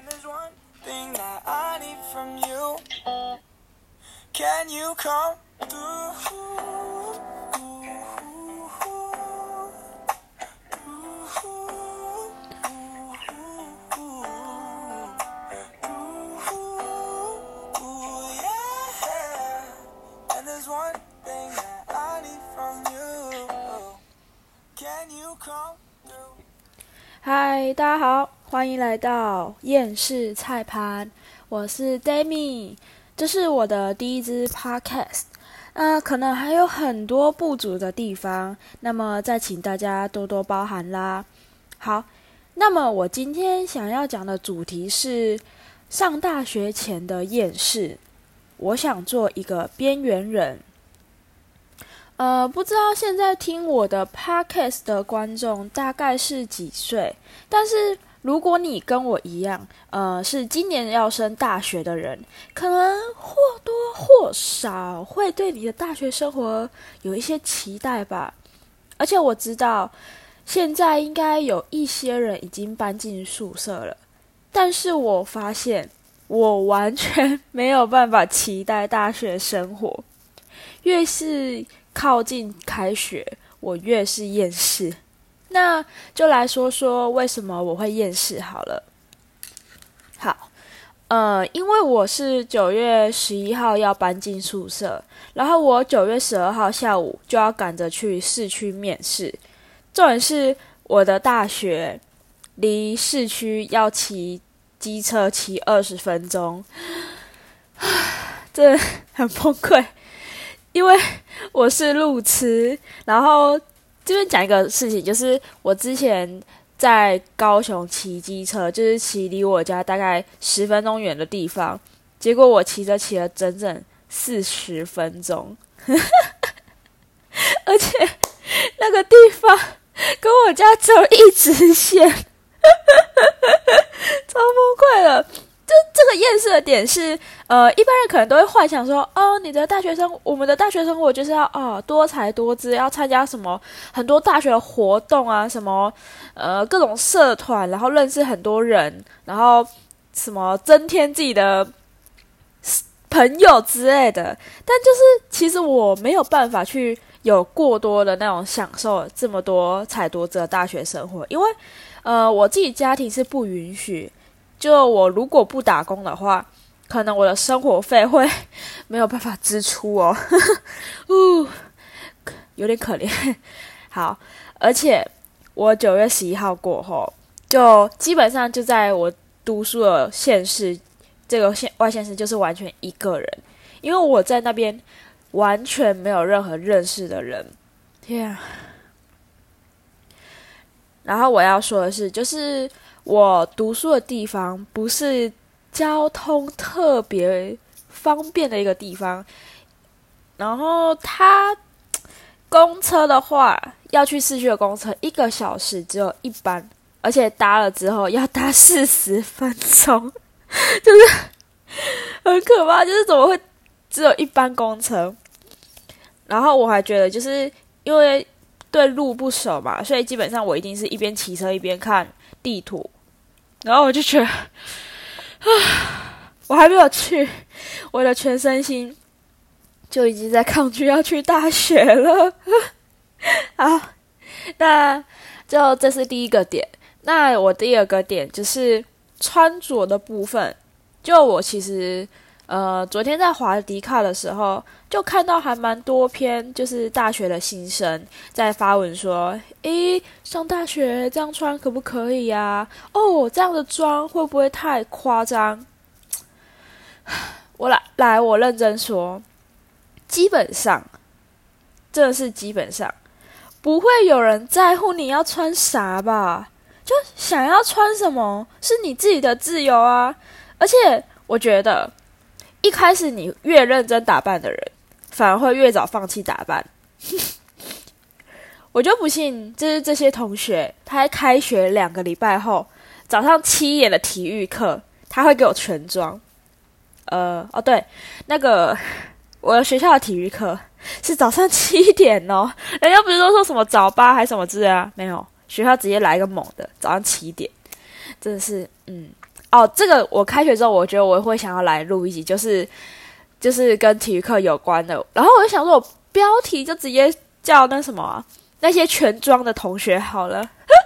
And there's one thing that I need from you. Can you come through? And there's one thing that I need from you. Can you come through? 嗨，大家好，欢迎来到厌世菜盘，我是 Demi， 这是我的第一支 podcast， 可能还有很多不足的地方，那么再请大家多多包涵啦。好，那么我今天想要讲的主题是上大学前的厌世，我想做一个边缘人。不知道现在听我的 podcast 的观众大概是几岁，但是如果你跟我一样，是今年要升大学的人，可能或多或少会对你的大学生活有一些期待吧。而且我知道，现在应该有一些人已经搬进宿舍了，但是我发现我完全没有办法期待大学生活，越是靠近开学，我越是厌世。那就来说说为什么我会厌世好了。好，因为我是9月11号要搬进宿舍，然后我9月12号下午就要赶着去市区面试。重点是我的大学离市区要骑机车骑20分钟，真的很崩溃。因为我是路痴，然后这边讲一个事情，就是我之前在高雄骑机车，就是骑离我家大概10分钟远的地方，结果我骑了整整40分钟，而且那个地方跟我家只有一直线，超崩溃了。这个厌世的点是，一般人可能都会幻想说，我们的大学生活就是要多才多姿，要参加什么很多大学的活动啊，什么各种社团，然后认识很多人，然后什么增添自己的朋友之类的。但就是其实我没有办法去有过多的那种享受这么多才多姿的大学生活，因为我自己家庭是不允许。就我如果不打工的话，可能我的生活费会没有办法支出哦，有点可怜。好，而且我9月11号过后，就基本上就在我读书的县市，这个外县市就是完全一个人，因为我在那边完全没有任何认识的人。天啊！然后我要说的是，就是我读书的地方不是交通特别方便的一个地方，然后它公车的话，要去市区的公车1个小时只有1班，而且搭了之后要搭40分钟，就是很可怕，就是怎么会只有1班公车？然后我还觉得就是因为对路不熟嘛，所以基本上我一定是一边骑车一边看地图，然后我就觉得，我还没有去，我的全身心就已经在抗拒要去大学了。好，那就这是第一个点。那我第二个点就是穿着的部分，就我其实昨天在滑迪卡的时候，就看到还蛮多篇就是大学的新生在发文说，上大学这样穿可不可以啊？这样的妆会不会太夸张？我认真说，基本上，真的是基本上，不会有人在乎你要穿啥吧？就想要穿什么是你自己的自由啊！而且我觉得，一开始你越认真打扮的人，反而会越早放弃打扮。我就不信，就是这些同学，他在开学2个礼拜后，早上7点的体育课，他会给我全妆。对，那个我的学校的体育课是早上7点哦，人家不是都说什么早八还是什么之类啊？没有，学校直接来一个猛的，早上7点，真的是哦，这个我开学之后，我觉得我会想要来录一集，就是跟体育课有关的。然后我就想说，我标题就直接叫那什么啊，那些全装的同学好了。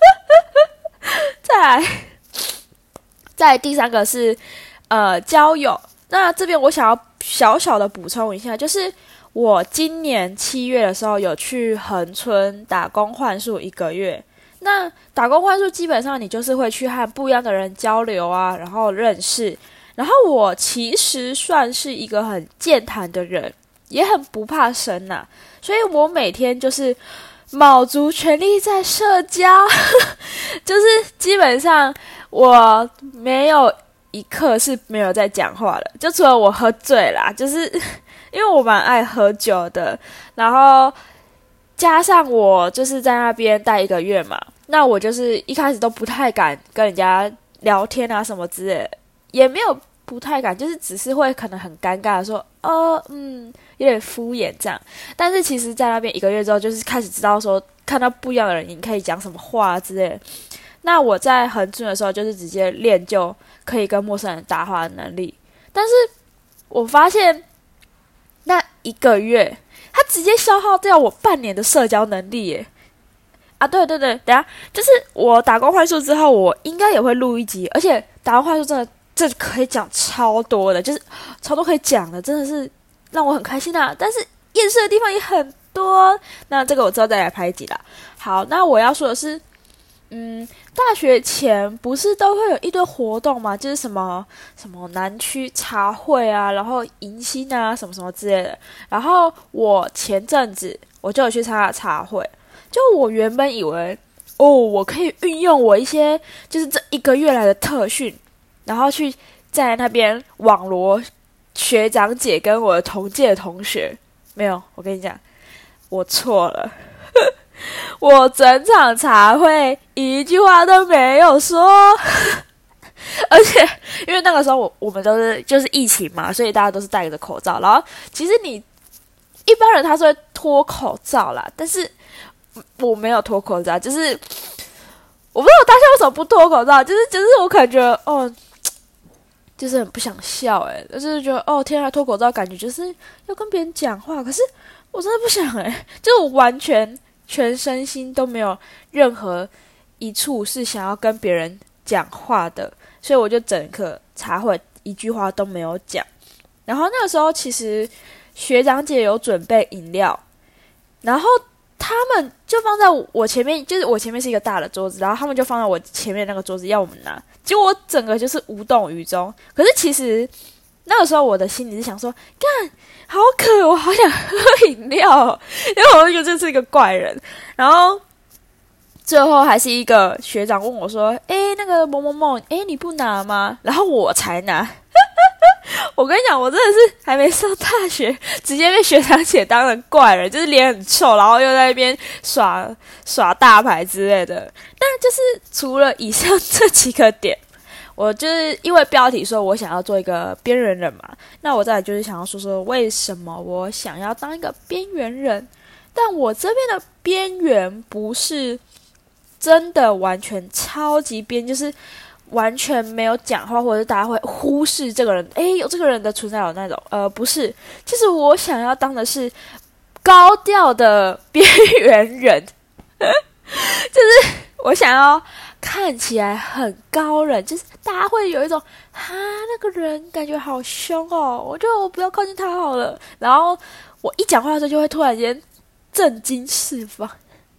再来第3个是交友。那这边我想要小小的补充一下，就是我今年7月的时候有去恒春打工换宿1个月。那打工换宿基本上你就是会去和不一样的人交流啊，然后认识。然后我其实算是一个很健谈的人，也很不怕生呐，所以我每天就是卯足全力在社交，就是基本上我没有一刻是没有在讲话的，就除了我喝醉啦，就是因为我蛮爱喝酒的，然后加上我就是在那边待1个月嘛，那我就是一开始都不太敢跟人家聊天啊什么之类的，也没有不太敢，就是只是会可能很尴尬的说有点敷衍这样。但是其实在那边1个月之后，就是开始知道说看到不一样的人你可以讲什么话之类的。那我在恒春的时候就是直接练就可以跟陌生人搭话的能力，但是我发现那1个月它直接消耗掉我半年的社交能力耶。对，等一下，就是我打工换宿之后，我应该也会录一集，而且打工换宿真的这可以讲超多的，就是超多可以讲的，真的是让我很开心啊。但是厌世的地方也很多，那这个我之后再来拍一集啦。好，那我要说的是，大学前不是都会有一堆活动吗？就是什么南区茶会啊，然后迎新啊，什么什么之类的。然后我前阵子我就有去参加茶会，就我原本以为我可以运用我一些就是这1个月来的特训，然后去在那边网罗学长姐跟我的同届的同学。没有，我跟你讲，我错了。我整场茶会一句话都没有说，而且因为那个时候我们都是就是疫情嘛，所以大家都是戴着口罩。然后其实你一般人他是会脱口罩啦，但是我没有脱口罩，就是我不知道我当下为什么不脱口罩，就是我可能觉得就是很不想笑就是觉得天啊，脱口罩感觉就是要跟别人讲话，可是我真的不想就是我完全身心都没有任何一处是想要跟别人讲话的，所以我就整个茶会一句话都没有讲。然后那个时候其实学长姐有准备饮料，然后他们就放在我前面，就是我前面是一个大的桌子，然后他们就放在我前面那个桌子要我们拿，结果我整个就是无动于衷。可是其实那个时候我的心里是想说，干好渴，我好想喝饮料因为我觉得这是一个怪人。然后最后还是一个学长问我说，那个某某某，你不拿吗？然后我才拿。我跟你讲，我真的是还没上大学，直接被学长姐当成怪人，就是脸很臭，然后又在那边耍大牌之类的。但就是除了以上这几个点，我就是因为标题说我想要做一个边缘人嘛，那我再来就是想要说说为什么我想要当一个边缘人。但我这边的边缘不是真的完全超级边，就是完全没有讲话，或者是大家会忽视这个人，有这个人的存在有那种，不是，其实我想要当的是高调的边缘人，就是我想要看起来很高冷，就是大家会有一种那个人感觉好凶我觉得我不要靠近他好了，然后我一讲话的时候就会突然间震惊释放，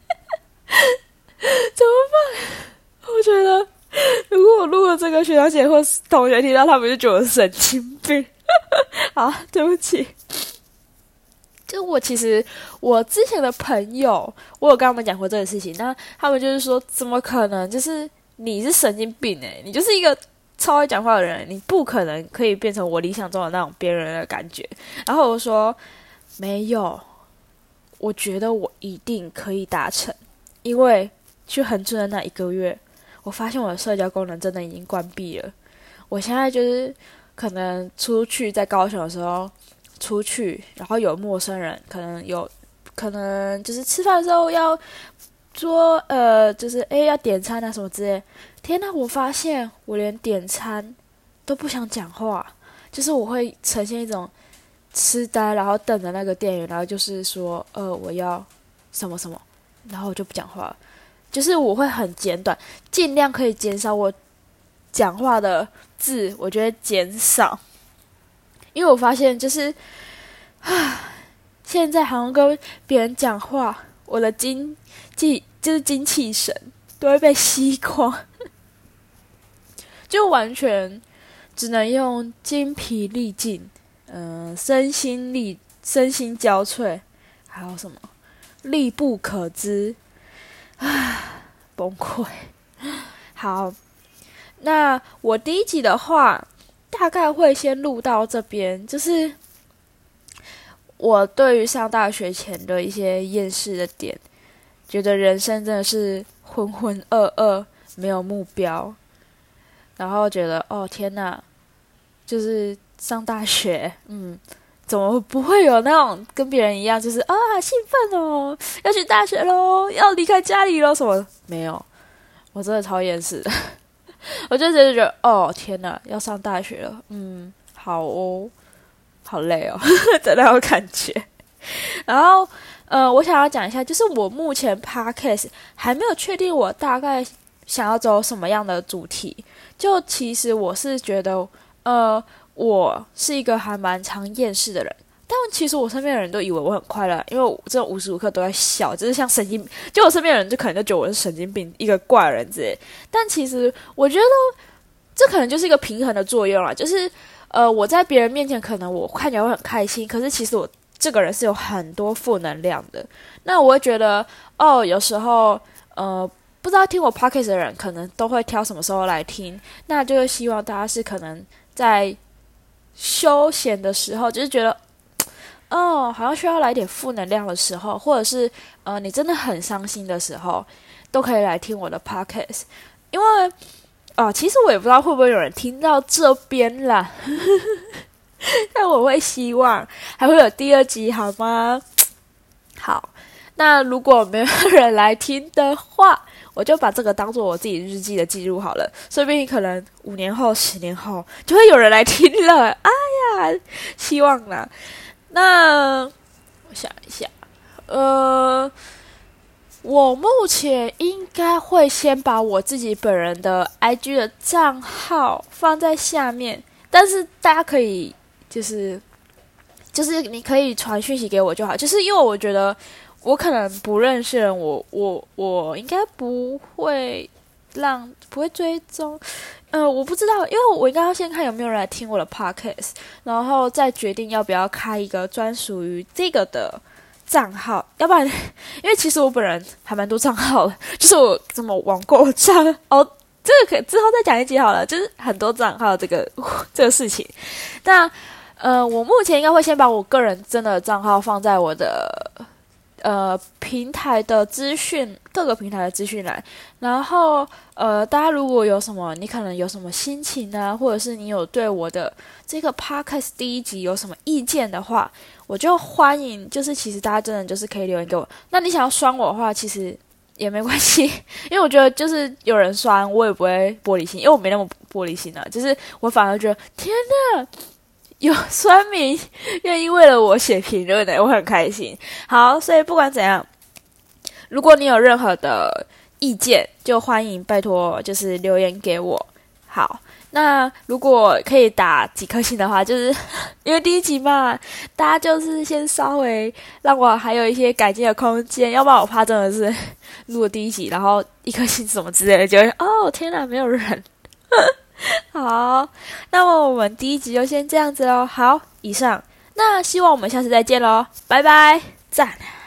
怎么办？我觉得如果我录了这个，学长姐或同学听到，他们就觉得我是神经病。好，对不起。就其实我之前的朋友，我有跟他们讲过这个事情，那他们就是说，怎么可能？就是你是神经病你就是一个超会讲话的人，你不可能可以变成我理想中的那种边缘人的感觉。然后我说没有，我觉得我一定可以达成，因为去恒春的那1个月。我发现我的社交功能真的已经关闭了。我现在就是可能出去在高雄的时候出去，然后有陌生人，可能就是吃饭的时候要说就是要点餐啊什么之类， 天哪！我发现我连点餐都不想讲话，就是我会呈现一种痴呆，然后等着那个店员，然后就是说，我要什么什么，然后我就不讲话了。就是我会很简短，尽量可以减少我讲话的字，我觉得减少，因为我发现就是现在好像跟别人讲话，我的精气神都会被吸光，就完全只能用精疲力尽，身心交瘁，还有什么力不可支，崩溃。好，那我第一集的话，大概会先录到这边，就是我对于上大学前的一些厌世的点，觉得人生真的是浑浑噩噩，没有目标，然后觉得天哪，就是上大学，怎么不会有那种跟别人一样，就是兴奋哦，要去大学咯，要离开家里咯，什么没有，我真的超厌世的。我就觉得天哪，要上大学了，好哦，好累哦的那种感觉。然后我想要讲一下，就是我目前 podcast 还没有确定我大概想要走什么样的主题。就其实我是觉得我是一个还蛮常厌世的人，但其实我身边的人都以为我很快乐，因为我真的无时无刻都在笑，就是像神经病，就我身边的人就可能就觉得我是神经病，一个怪人之类。但其实我觉得这可能就是一个平衡的作用啦，就是我在别人面前可能我看起来会很开心，可是其实我这个人是有很多负能量的。那我会觉得有时候不知道听我 podcast 的人可能都会挑什么时候来听，那就是希望大家是可能在休闲的时候，就是觉得好像需要来点负能量的时候，或者是你真的很伤心的时候，都可以来听我的 podcast。因为其实我也不知道会不会有人听到这边啦但我会希望还会有第二集，好吗？好，那如果没有人来听的话，我就把这个当做我自己日记的记录好了，说不定可能5年后10年后就会有人来听了。哎呀，希望啦。那我想一下，我目前应该会先把我自己本人的 IG 的账号放在下面，但是大家可以就是你可以传讯息给我就好，就是因为我觉得我可能不认识人，我应该不会追踪，我不知道，因为我应该要先看有没有人来听我的 podcast， 然后再决定要不要开一个专属于这个的账号，要不然，因为其实我本人还蛮多账号的，就是我怎么网购账这个可以之后再讲一集好了，就是很多账号这个事情。那我目前应该会先把我个人真的账号放在我的平台的资讯，各个平台的资讯栏，然后大家如果有什么，你可能有什么心情啊，或者是你有对我的这个 podcast 第一集有什么意见的话，我就欢迎，就是其实大家真的就是可以留言给我。那你想要酸我的话，其实也没关系，因为我觉得就是有人酸我也不会玻璃心，因为我没那么玻璃心啊，就是我反而觉得天哪，有酸民愿意为了我写评论的，我很开心。好，所以不管怎样，如果你有任何的意见，就欢迎拜托就是留言给我。好，那如果可以打几颗星的话，就是因为第一集嘛，大家就是先稍微让我还有一些改进的空间，要不然我怕真的是录了第一集，然后1颗星什么之类的，就会天哪，没有人。好，那么我们第一集就先这样子咯。好，以上，那希望我们下次再见咯，拜拜，赞。